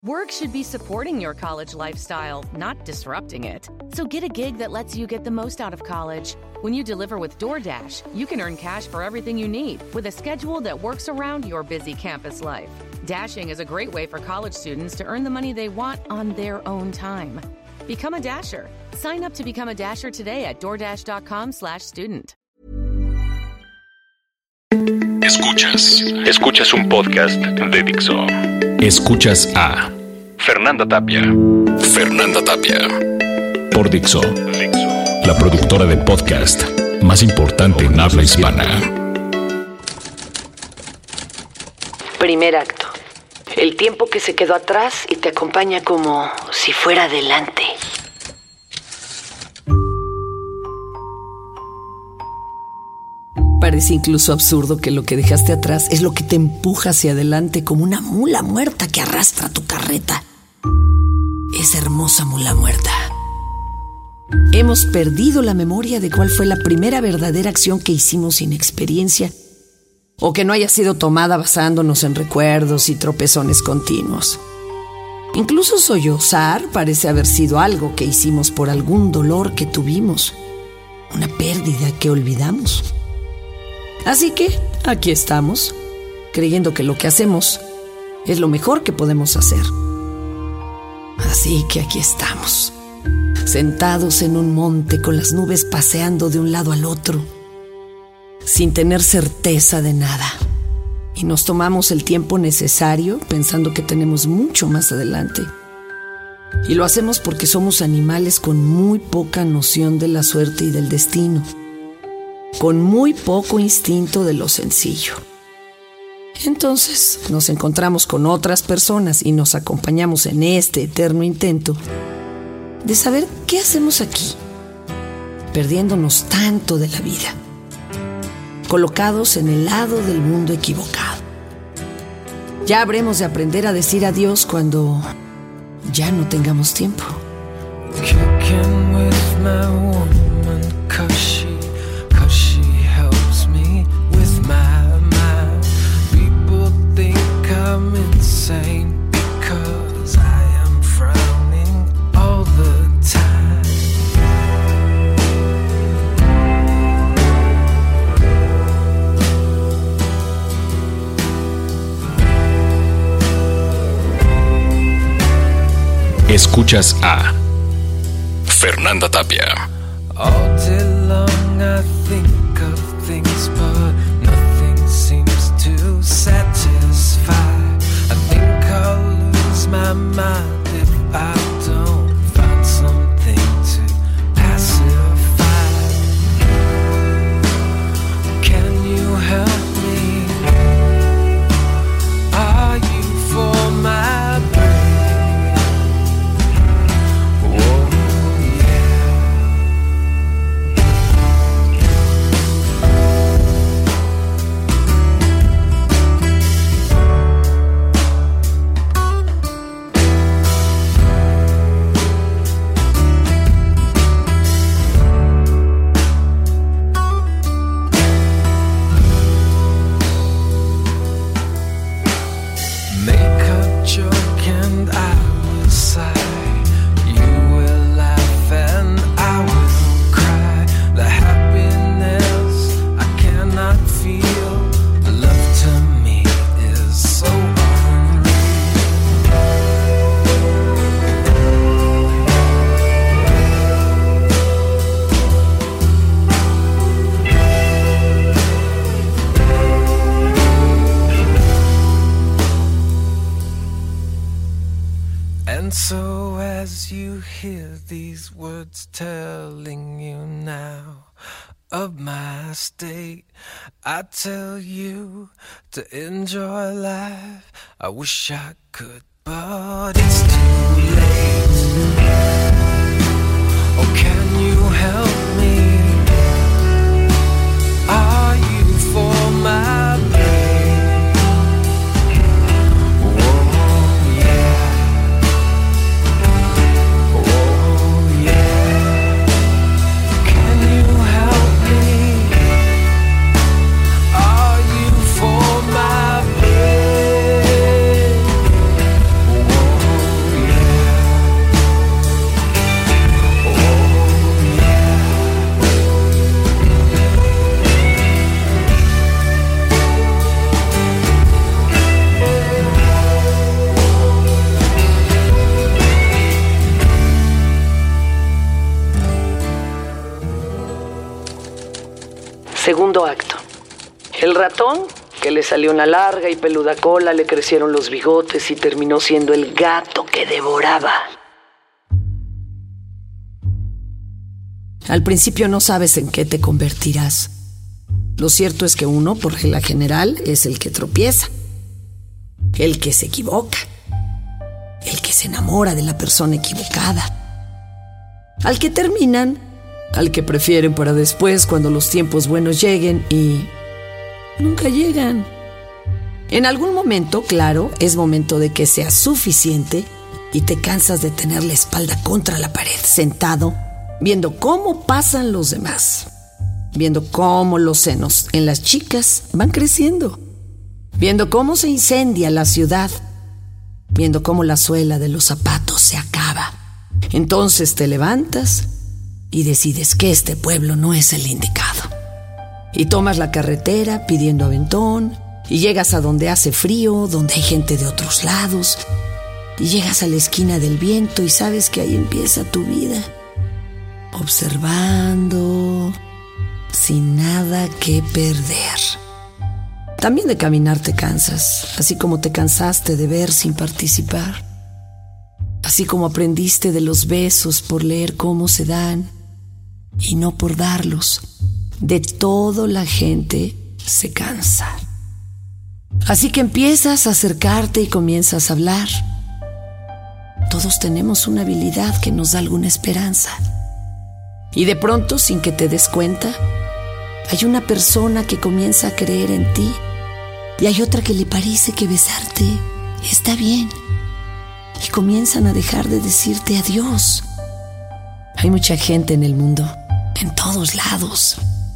Work should be supporting your college lifestyle, not disrupting it. So get a gig that lets you get the most out of college. When you deliver with DoorDash, you can earn cash for everything you need with a schedule that works around your busy campus life. Dashing is a great way for college students to earn the money they want on their own time. Become a Dasher. Sign up to become a Dasher today at DoorDash.com/student. Escuchas un podcast de Dixo. Escuchas a Fernanda Tapia. Por Dixo, la productora de podcast más importante en habla hispana. Primer acto. El tiempo que se quedó atrás y te acompaña como si fuera adelante. Parece incluso absurdo que lo que dejaste atrás es lo que te empuja hacia adelante como una mula muerta que arrastra tu carreta. Esa hermosa mula muerta. Hemos perdido la memoria de cuál fue la primera verdadera acción que hicimos sin experiencia o que no haya sido tomada basándonos en recuerdos y tropezones continuos. Incluso sollozar parece haber sido algo que hicimos por algún dolor que tuvimos, una pérdida que olvidamos. Así que aquí estamos, creyendo que lo que hacemos es lo mejor que podemos hacer. Así que aquí estamos, sentados en un monte con las nubes paseando de un lado al otro, sin tener certeza de nada. Y nos tomamos el tiempo necesario pensando que tenemos mucho más adelante. Y lo hacemos porque somos animales con muy poca noción de la suerte y del destino, con muy poco instinto de lo sencillo. Entonces nos encontramos con otras personas y nos acompañamos en este eterno intento de saber qué hacemos aquí, perdiéndonos tanto de la vida, colocados en el lado del mundo equivocado. Ya habremos de aprender a decir adiós cuando ya no tengamos tiempo. Kicking with my woman, 'cause she helps me with my mind. People think I'm insane because I am frowning all the time. Escuchas a Fernanda Tapia. All day long I think of things, but nothing seems to satisfy. I think I'll lose my mind if I don't find something to pacify. Can you help me? Are you for my brain? Oh yeah. Make a joke and I will sigh. You will laugh and I will cry. The happiness I cannot feel. Love to me is so unreal. And so as you hear these words telling you now of my state, I tell you to enjoy life. I wish I could, but it's too late. Oh, can you help me? Are you for my pain? Oh yeah. Oh yeah. Can you help me? Are you for my pain? Oh Segundo acto. El ratón, que le salió una larga y peluda cola, le crecieron los bigotes y terminó siendo el gato que devoraba. Al principio no sabes en qué te convertirás. Lo cierto es que uno, por regla general, es el que tropieza, el que se equivoca, el que se enamora de la persona equivocada, al que terminan, al que prefieren para después cuando los tiempos buenos lleguen y nunca llegan. En algún momento, claro, es momento de que seas suficiente y te cansas de tener la espalda contra la pared, sentado, viendo cómo pasan los demás, viendo cómo los senos en las chicas van creciendo, viendo cómo se incendia la ciudad, viendo cómo la suela de los zapatos se acaba. Entonces te levantas y decides que este pueblo no es el indicado. Y tomas la carretera pidiendo aventón, y llegas a donde hace frío, donde hay gente de otros lados, y llegas a la esquina del viento y sabes que ahí empieza tu vida, observando, sin nada que perder. También de caminar te cansas, así como te cansaste de ver sin participar, así como aprendiste de los besos por leer cómo se dan y no por darlos. De todo la gente se cansa. Así que empiezas a acercarte y comienzas a hablar. Todos tenemos una habilidad que nos da alguna esperanza. Y de pronto, sin que te des cuenta, hay una persona que comienza a creer en ti y hay otra que le parece que besarte está bien. Y comienzan a dejar de decirte adiós. Hay mucha gente en el mundo, en todos lados.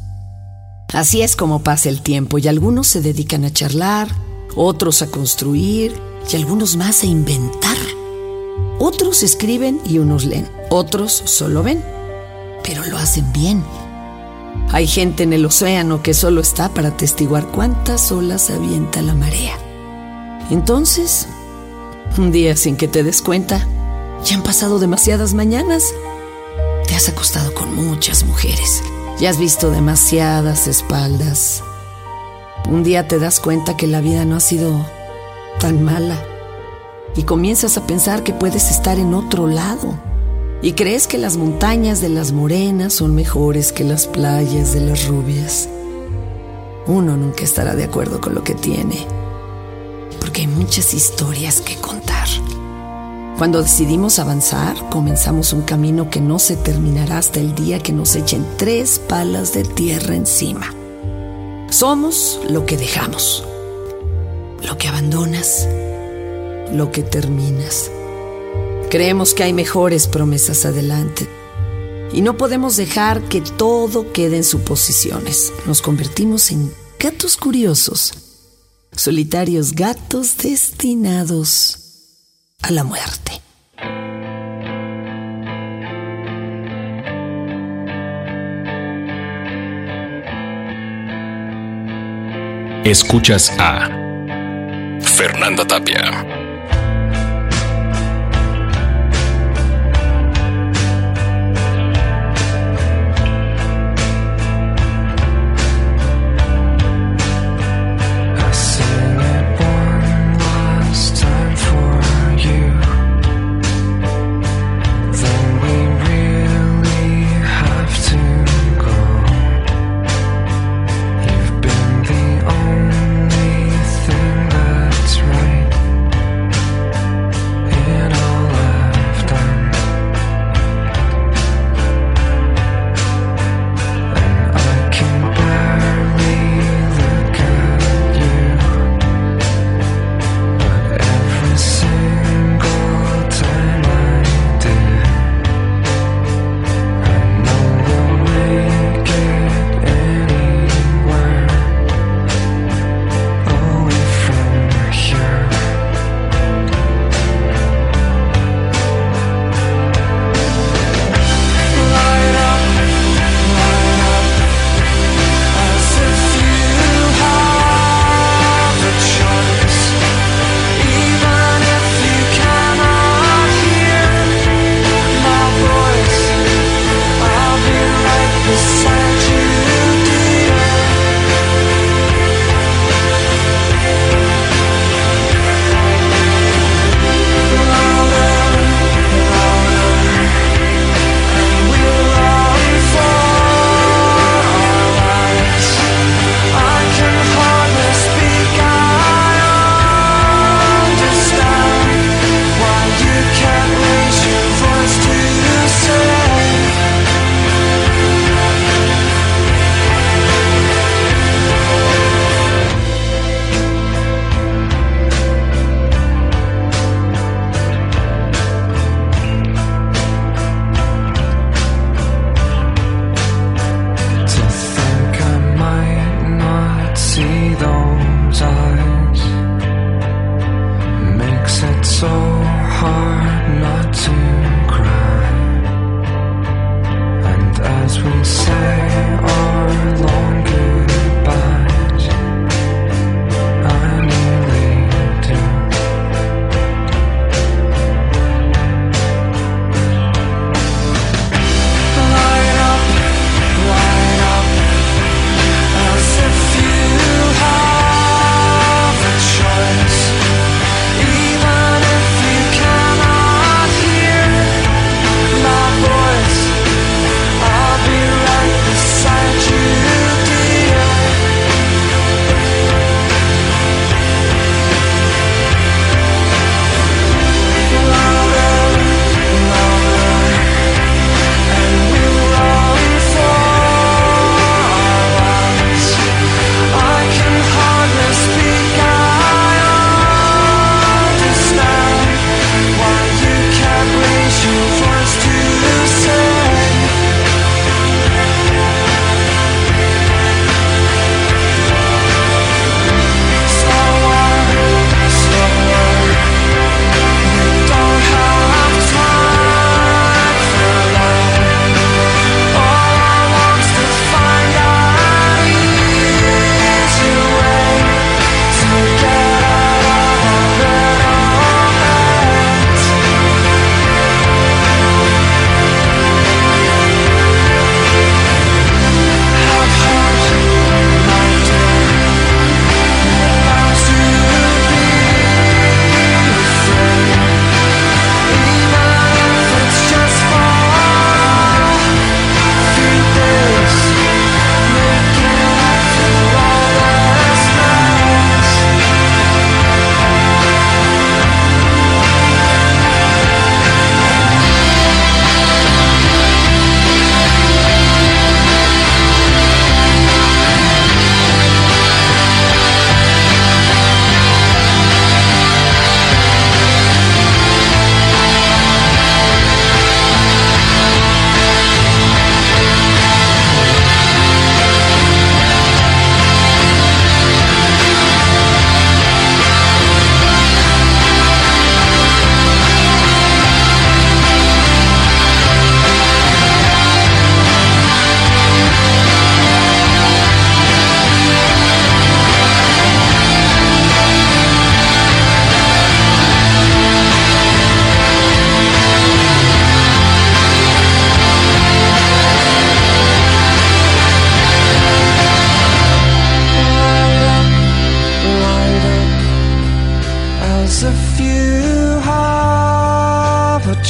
Así es como pasa el tiempo y algunos se dedican a charlar, otros a construir y algunos más a inventar. Otros escriben y unos leen, otros solo ven, pero lo hacen bien. Hay gente en el océano que solo está para atestiguar cuántas olas avienta la marea. Entonces, un día sin que te des cuenta, ya han pasado demasiadas mañanas. Te has acostado con muchas mujeres. Ya has visto demasiadas espaldas. Un día te das cuenta que la vida no ha sido tan mala y comienzas a pensar que puedes estar en otro lado y crees que las montañas de las morenas son mejores que las playas de las rubias. Uno nunca estará de acuerdo con lo que tiene, porque hay muchas historias que contar. Cuando decidimos avanzar, comenzamos un camino que no se terminará hasta el día que nos echen 3 palas de tierra encima. Somos lo que dejamos, lo que abandonas, lo que terminas. Creemos que hay mejores promesas adelante y no podemos dejar que todo quede en suposiciones. Nos convertimos en gatos curiosos, solitarios gatos destinados a la muerte. Escuchas a Fernanda Tapia.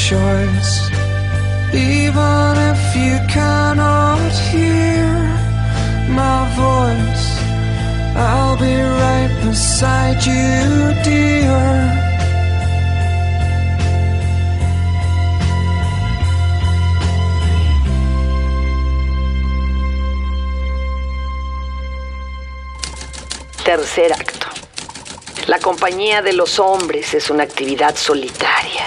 choice. Even if you cannot hear my voice, I'll be right beside you, dear. Tercer acto. La compañía de los hombres es una actividad solitaria.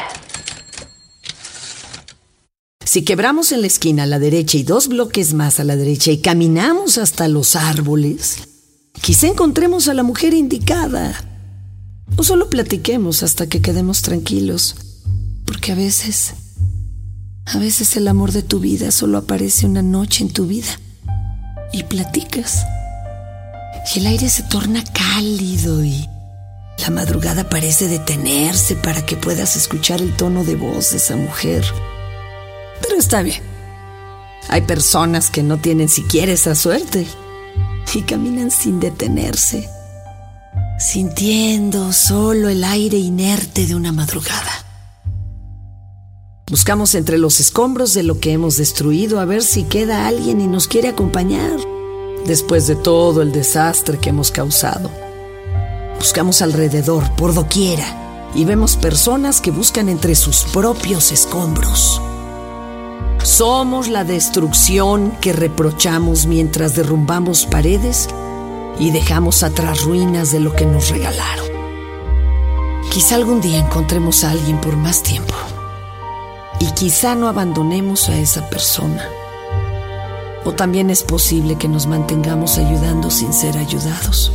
Si quebramos en la esquina a la derecha y 2 bloques más a la derecha y caminamos hasta los árboles, quizá encontremos a la mujer indicada. O solo platiquemos hasta que quedemos tranquilos, porque a veces el amor de tu vida solo aparece una noche en tu vida y platicas. Y el aire se torna cálido y la madrugada parece detenerse para que puedas escuchar el tono de voz de esa mujer. Pero está bien. Hay personas que no tienen siquiera esa suerte y caminan sin detenerse, sintiendo solo el aire inerte de una madrugada. Buscamos entre los escombros de lo que hemos destruido a ver si queda alguien y nos quiere acompañar. Después de todo el desastre que hemos causado, buscamos alrededor, por doquiera, y vemos personas que buscan entre sus propios escombros. Somos la destrucción que reprochamos mientras derrumbamos paredes y dejamos atrás ruinas de lo que nos regalaron. Quizá algún día encontremos a alguien por más tiempo y quizá no abandonemos a esa persona. O también es posible que nos mantengamos ayudando sin ser ayudados.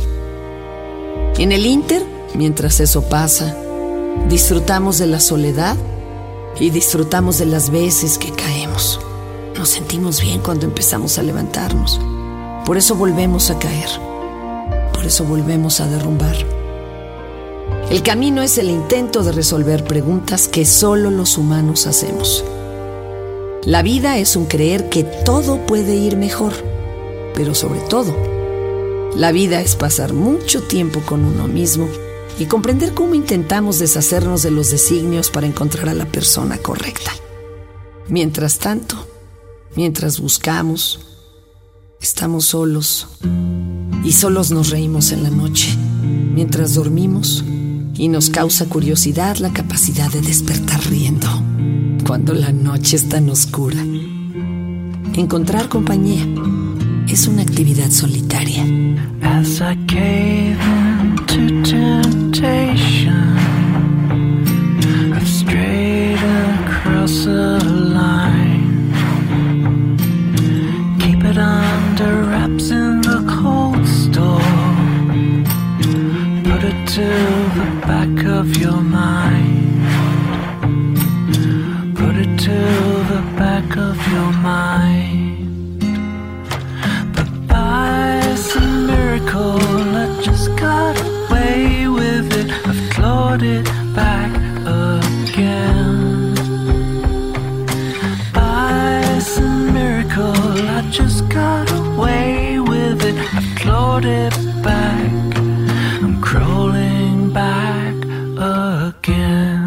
En el ínter, mientras eso pasa, disfrutamos de la soledad y disfrutamos de las veces que caemos. Nos sentimos bien cuando empezamos a levantarnos. Por eso volvemos a caer. Por eso volvemos a derrumbar. El camino es el intento de resolver preguntas que solo los humanos hacemos. La vida es un creer que todo puede ir mejor, pero sobre todo, la vida es pasar mucho tiempo con uno mismo y comprender cómo intentamos deshacernos de los designios para encontrar a la persona correcta. Mientras tanto, mientras buscamos, estamos solos y solos nos reímos en la noche, mientras dormimos y nos causa curiosidad la capacidad de despertar riendo. Cuando la noche es tan oscura, encontrar compañía es una actividad solitaria. As I gave in to temptation, I've strayed across the line. Keep it under wraps in the cold store. Put it to the back of your mind. To the back of your mind. But by some miracle I just got away with it. I've clawed it back again. By some miracle I just got away with it. I've clawed it back. I'm crawling back again.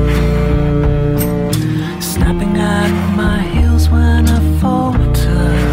Snapping at my heels when I falter.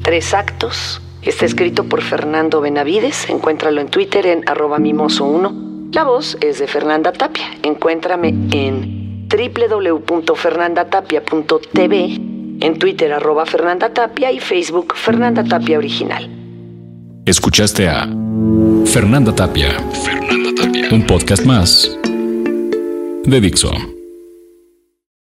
3 actos. Está escrito por Fernando Benavides. Encuéntralo en Twitter en @mimoso1. La voz es de Fernanda Tapia. Encuéntrame en www.fernandatapia.tv, en Twitter @Fernanda Tapia y Facebook Fernanda Tapia Original. Escuchaste a Fernanda Tapia. Un podcast más de Dixo.